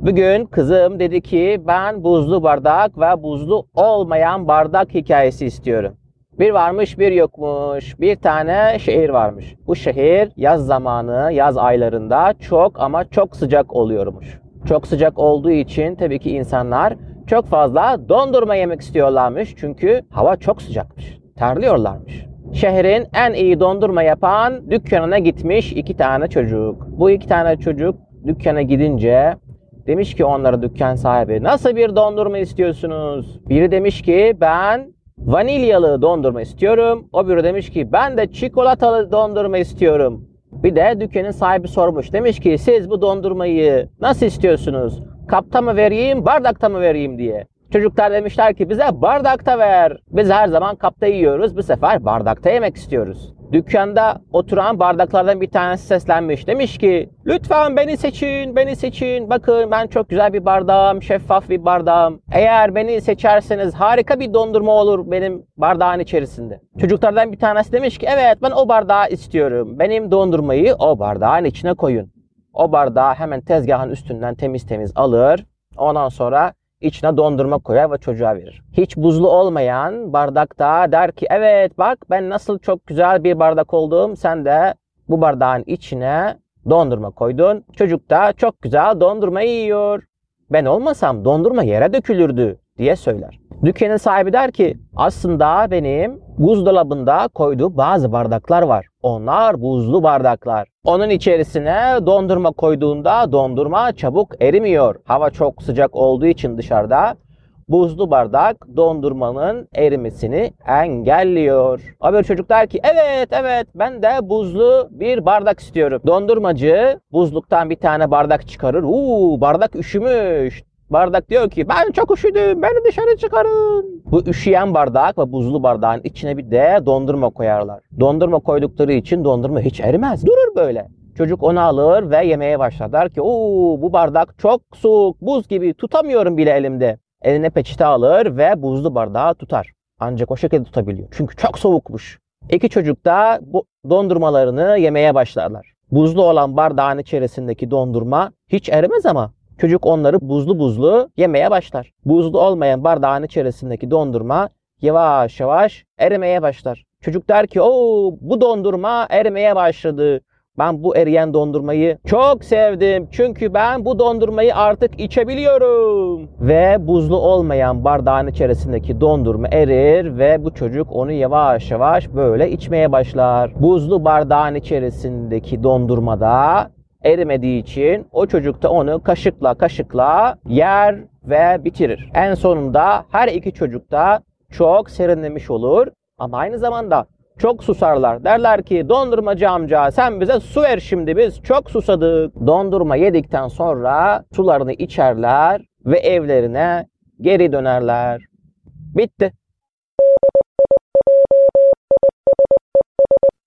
Bugün kızım dedi ki ben buzlu bardak ve buzlu olmayan bardak hikayesi istiyorum. Bir varmış bir yokmuş. Bir tane şehir varmış. Bu şehir yaz zamanı, yaz aylarında çok ama çok sıcak oluyormuş. Çok sıcak olduğu için tabii ki insanlar çok fazla dondurma yemek istiyorlarmış. Çünkü hava çok sıcakmış. Terliyorlarmış. Şehrin en iyi dondurma yapan dükkanına gitmiş 2 tane çocuk. Bu 2 tane çocuk dükkana gidince demiş ki onlara dükkan sahibi, nasıl bir dondurma istiyorsunuz? Biri demiş ki ben vanilyalı dondurma istiyorum. O biri demiş ki ben de çikolatalı dondurma istiyorum. Bir de dükkanın sahibi sormuş. Demiş ki siz bu dondurmayı nasıl istiyorsunuz? Kapta mı vereyim, bardakta mı vereyim diye. Çocuklar demişler ki bize bardakta ver. Biz her zaman kapta yiyoruz. Bu sefer bardakta yemek istiyoruz. Dükkanda oturan bardaklardan bir tanesi seslenmiş. Demiş ki lütfen beni seçin, beni seçin. Bakın ben çok güzel bir bardağım, şeffaf bir bardağım. Eğer beni seçerseniz harika bir dondurma olur benim bardağın içerisinde. Çocuklardan bir tanesi demiş ki evet ben o bardağı istiyorum. Benim dondurmayı o bardağın içine koyun. O bardağı hemen tezgahın üstünden temiz temiz alır. Ondan sonra İçine dondurma koyar ve çocuğa verir. Hiç buzlu olmayan bardakta der ki evet bak ben nasıl çok güzel bir bardak oldum. Sen de bu bardağın içine dondurma koydun. Çocuk da çok güzel dondurma yiyor. Ben olmasam dondurma yere dökülürdü diye söyler. Dükkanın sahibi der ki aslında benim buzdolabında koyduğum bazı bardaklar var. Onlar buzlu bardaklar. Onun içerisine dondurma koyduğunda dondurma çabuk erimiyor. Hava çok sıcak olduğu için dışarıda buzlu bardak dondurmanın erimesini engelliyor. Öbür çocuk der ki evet ben de buzlu bir bardak istiyorum. Dondurmacı buzluktan bir tane bardak çıkarır. Bardak üşümüş. Bardak diyor ki ben çok üşüdüm beni dışarı çıkarın. Bu üşüyen bardak ve buzlu bardağın içine bir de dondurma koyarlar. Dondurma koydukları için dondurma hiç erimez. Durur böyle. Çocuk onu alır ve yemeye başlar. Der ki bu bardak çok soğuk buz gibi tutamıyorum bile elimde. Eline peçete alır ve buzlu bardağı tutar. Ancak o şekilde tutabiliyor. Çünkü çok soğukmuş. İki çocuk da bu dondurmalarını yemeye başlarlar. Buzlu olan bardağın içerisindeki dondurma hiç erimez ama çocuk onları buzlu buzlu yemeye başlar. Buzlu olmayan bardağın içerisindeki dondurma yavaş yavaş erimeye başlar. Çocuk der ki bu dondurma erimeye başladı. Ben bu eriyen dondurmayı çok sevdim. Çünkü ben bu dondurmayı artık içebiliyorum. Ve buzlu olmayan bardağın içerisindeki dondurma erir ve bu çocuk onu yavaş yavaş böyle içmeye başlar. Buzlu bardağın içerisindeki dondurma da erimediği için o çocuk da onu kaşıkla yer ve bitirir. En sonunda her iki çocuk da çok serinlemiş olur ama aynı zamanda çok susarlar. Derler ki dondurmacı amca sen bize su ver şimdi biz çok susadık. Dondurma yedikten sonra sularını içerler ve evlerine geri dönerler. Bitti.